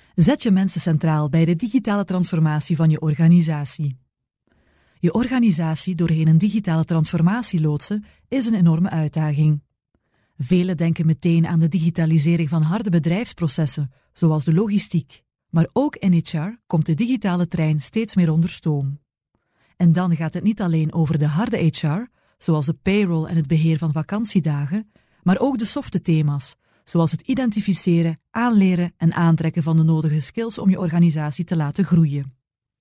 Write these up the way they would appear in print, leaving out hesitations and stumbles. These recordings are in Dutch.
Zet je mensen centraal bij de digitale transformatie van je organisatie. Je organisatie doorheen een digitale transformatie loodsen is een enorme uitdaging. Velen denken meteen aan de digitalisering van harde bedrijfsprocessen, zoals de logistiek. Maar ook in HR komt de digitale trein steeds meer onder stoom. En dan gaat het niet alleen over de harde HR, zoals de payroll en het beheer van vakantiedagen, maar ook de softe thema's, zoals het identificeren, aanleren en aantrekken van de nodige skills om je organisatie te laten groeien.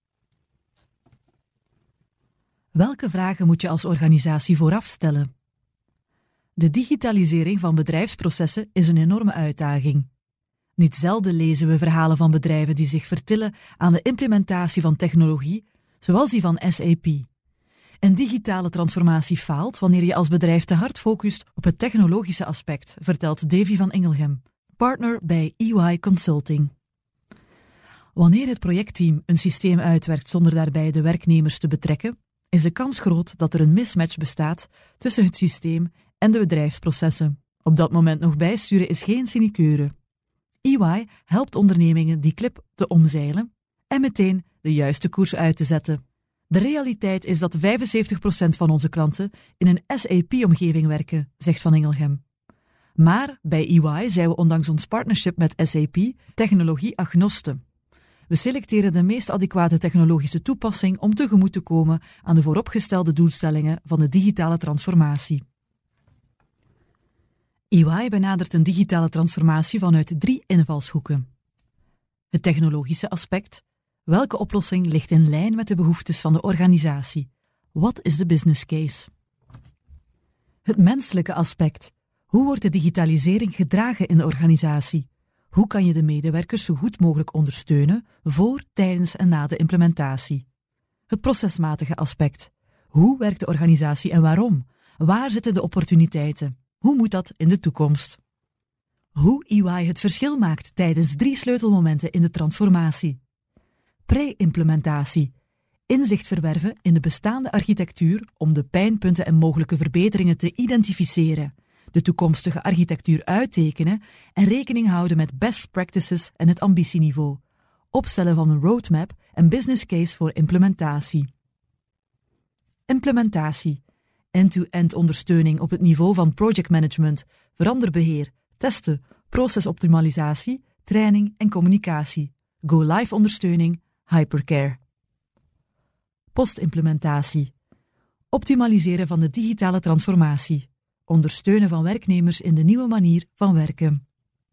Welke vragen moet je als organisatie vooraf stellen? De digitalisering van bedrijfsprocessen is een enorme uitdaging. Niet zelden lezen we verhalen van bedrijven die zich vertillen aan de implementatie van technologie, zoals die van SAP. Een digitale transformatie faalt wanneer je als bedrijf te hard focust op het technologische aspect, vertelt Davy van Ingelhem, partner bij EY Consulting. Wanneer het projectteam een systeem uitwerkt zonder daarbij de werknemers te betrekken, is de kans groot dat er een mismatch bestaat tussen het systeem en de bedrijfsprocessen. Op dat moment nog bijsturen is geen sinecure. EY helpt ondernemingen die klip te omzeilen en meteen de juiste koers uit te zetten. De realiteit is dat 75% van onze klanten in een SAP-omgeving werken, zegt Van Ingelhem. Maar bij EY zijn we ondanks ons partnership met SAP technologie-agnosten. We selecteren de meest adequate technologische toepassing om tegemoet te komen aan de vooropgestelde doelstellingen van de digitale transformatie. EY benadert een digitale transformatie vanuit 3 invalshoeken. Het technologische aspect. Welke oplossing ligt in lijn met de behoeftes van de organisatie? Wat is de business case? Het menselijke aspect. Hoe wordt de digitalisering gedragen in de organisatie? Hoe kan je de medewerkers zo goed mogelijk ondersteunen voor, tijdens en na de implementatie? Het procesmatige aspect. Hoe werkt de organisatie en waarom? Waar zitten de opportuniteiten? Hoe moet dat in de toekomst? Hoe EY het verschil maakt tijdens 3 sleutelmomenten in de transformatie. Pre-implementatie. Inzicht verwerven in de bestaande architectuur om de pijnpunten en mogelijke verbeteringen te identificeren, de toekomstige architectuur uittekenen en rekening houden met best practices en het ambitieniveau. Opstellen van een roadmap en business case voor implementatie. Implementatie. End-to-end ondersteuning op het niveau van projectmanagement, veranderbeheer, testen, procesoptimalisatie, training en communicatie, go-live ondersteuning, hypercare. Postimplementatie. Optimaliseren van de digitale transformatie. Ondersteunen van werknemers in de nieuwe manier van werken.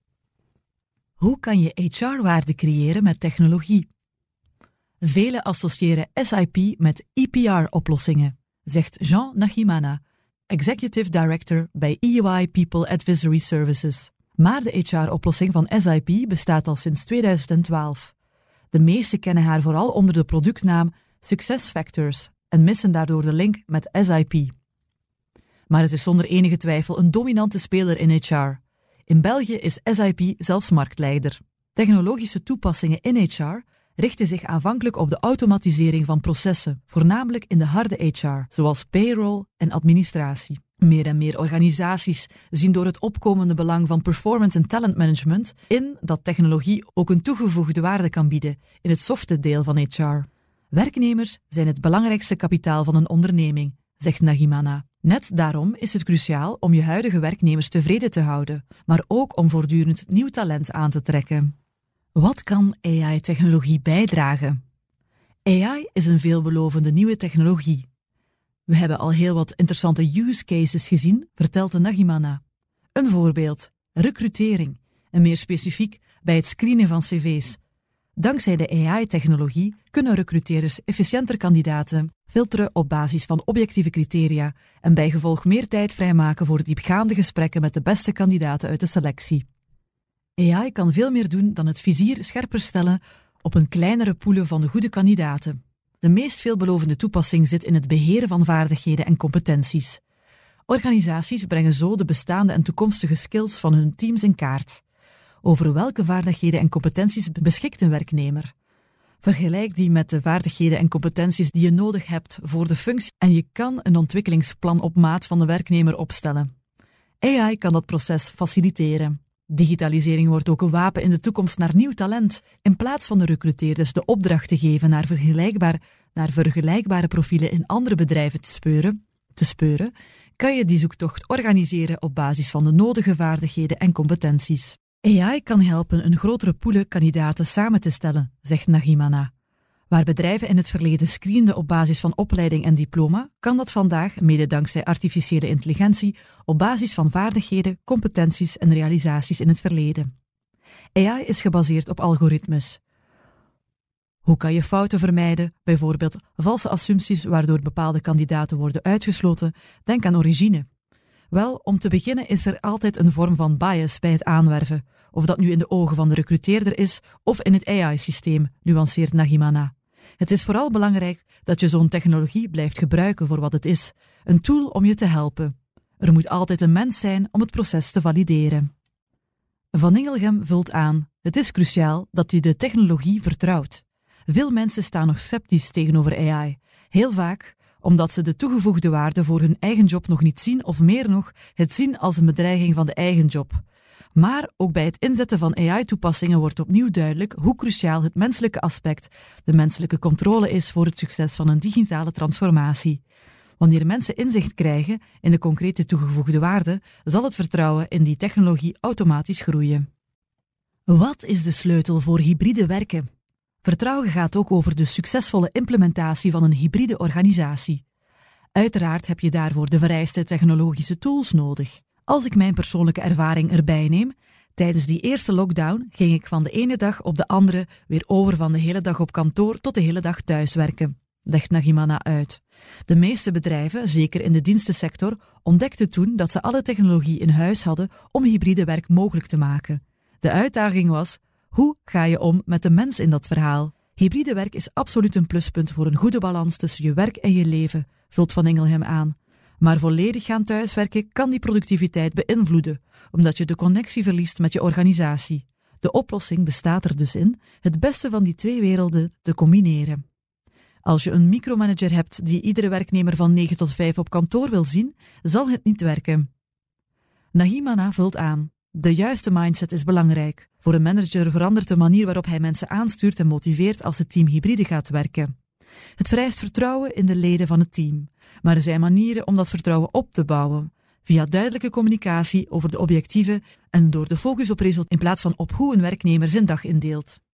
Hoe kan je HR-waarde creëren met technologie? Velen associëren SAP met EPR-oplossingen, zegt Jean Nahimana, Executive Director bij EY People Advisory Services. Maar de HR-oplossing van SAP bestaat al sinds 2012. De meesten kennen haar vooral onder de productnaam SuccessFactors en missen daardoor de link met SAP. Maar het is zonder enige twijfel een dominante speler in HR. In België is SAP zelfs marktleider. Technologische toepassingen in HR richten zich aanvankelijk op de automatisering van processen, voornamelijk in de harde HR, zoals payroll en administratie. Meer en meer organisaties zien door het opkomende belang van performance en talentmanagement in dat technologie ook een toegevoegde waarde kan bieden in het softe deel van HR. Werknemers zijn het belangrijkste kapitaal van een onderneming, zegt Nahimana. Net daarom is het cruciaal om je huidige werknemers tevreden te houden, maar ook om voortdurend nieuw talent aan te trekken. Wat kan AI-technologie bijdragen? AI is een veelbelovende nieuwe technologie. We hebben al heel wat interessante use cases gezien, vertelt de Nahimana. Een voorbeeld, recrutering, en meer specifiek bij het screenen van cv's. Dankzij de AI-technologie kunnen recruteerders efficiënter kandidaten filteren op basis van objectieve criteria en bijgevolg meer tijd vrijmaken voor diepgaande gesprekken met de beste kandidaten uit de selectie. AI kan veel meer doen dan het vizier scherper stellen op een kleinere pool van de goede kandidaten. De meest veelbelovende toepassing zit in het beheren van vaardigheden en competenties. Organisaties brengen zo de bestaande en toekomstige skills van hun teams in kaart. Over welke vaardigheden en competenties beschikt een werknemer? Vergelijk die met de vaardigheden en competenties die je nodig hebt voor de functie en je kan een ontwikkelingsplan op maat van de werknemer opstellen. AI kan dat proces faciliteren. Digitalisering wordt ook een wapen in de toekomst naar nieuw talent. In plaats van de recruteerders de opdracht te geven naar vergelijkbare profielen in andere bedrijven te speuren, kan je die zoektocht organiseren op basis van de nodige vaardigheden en competenties. AI kan helpen een grotere pool kandidaten samen te stellen, zegt Nahimana. Waar bedrijven in het verleden screenden op basis van opleiding en diploma, kan dat vandaag, mede dankzij artificiële intelligentie, op basis van vaardigheden, competenties en realisaties in het verleden. AI is gebaseerd op algoritmes. Hoe kan je fouten vermijden, bijvoorbeeld valse assumpties waardoor bepaalde kandidaten worden uitgesloten? Denk aan origine. Wel, om te beginnen is er altijd een vorm van bias bij het aanwerven, of dat nu in de ogen van de recruteerder is of in het AI-systeem, nuanceert Nahimana. Het is vooral belangrijk dat je zo'n technologie blijft gebruiken voor wat het is, een tool om je te helpen. Er moet altijd een mens zijn om het proces te valideren. Van Ingelgem vult aan: het is cruciaal dat je de technologie vertrouwt. Veel mensen staan nog sceptisch tegenover AI. Heel vaak omdat ze de toegevoegde waarde voor hun eigen job nog niet zien of meer nog, het zien als een bedreiging van de eigen job. Maar ook bij het inzetten van AI-toepassingen wordt opnieuw duidelijk hoe cruciaal het menselijke aspect, de menselijke controle is voor het succes van een digitale transformatie. Wanneer mensen inzicht krijgen in de concrete toegevoegde waarde, zal het vertrouwen in die technologie automatisch groeien. Wat is de sleutel voor hybride werken? Vertrouwen gaat ook over de succesvolle implementatie van een hybride organisatie. Uiteraard heb je daarvoor de vereiste technologische tools nodig. Als ik mijn persoonlijke ervaring erbij neem, tijdens die eerste lockdown ging ik van de ene dag op de andere weer over van de hele dag op kantoor tot de hele dag thuiswerken, legt Nahimana uit. De meeste bedrijven, zeker in de dienstensector, ontdekten toen dat ze alle technologie in huis hadden om hybride werk mogelijk te maken. De uitdaging was: hoe ga je om met de mens in dat verhaal? Hybride werk is absoluut een pluspunt voor een goede balans tussen je werk en je leven, vult Van Ingelgem aan. Maar volledig gaan thuiswerken kan die productiviteit beïnvloeden, omdat je de connectie verliest met je organisatie. De oplossing bestaat er dus in het beste van die twee werelden te combineren. Als je een micromanager hebt die iedere werknemer van 9 tot 5 op kantoor wil zien, zal het niet werken. Nahimana vult aan: de juiste mindset is belangrijk. Voor een manager verandert de manier waarop hij mensen aanstuurt en motiveert als het team hybride gaat werken. Het vereist vertrouwen in de leden van het team. Maar er zijn manieren om dat vertrouwen op te bouwen. Via duidelijke communicatie over de objectieven en door de focus op resultaat in plaats van op hoe een werknemer zijn dag indeelt.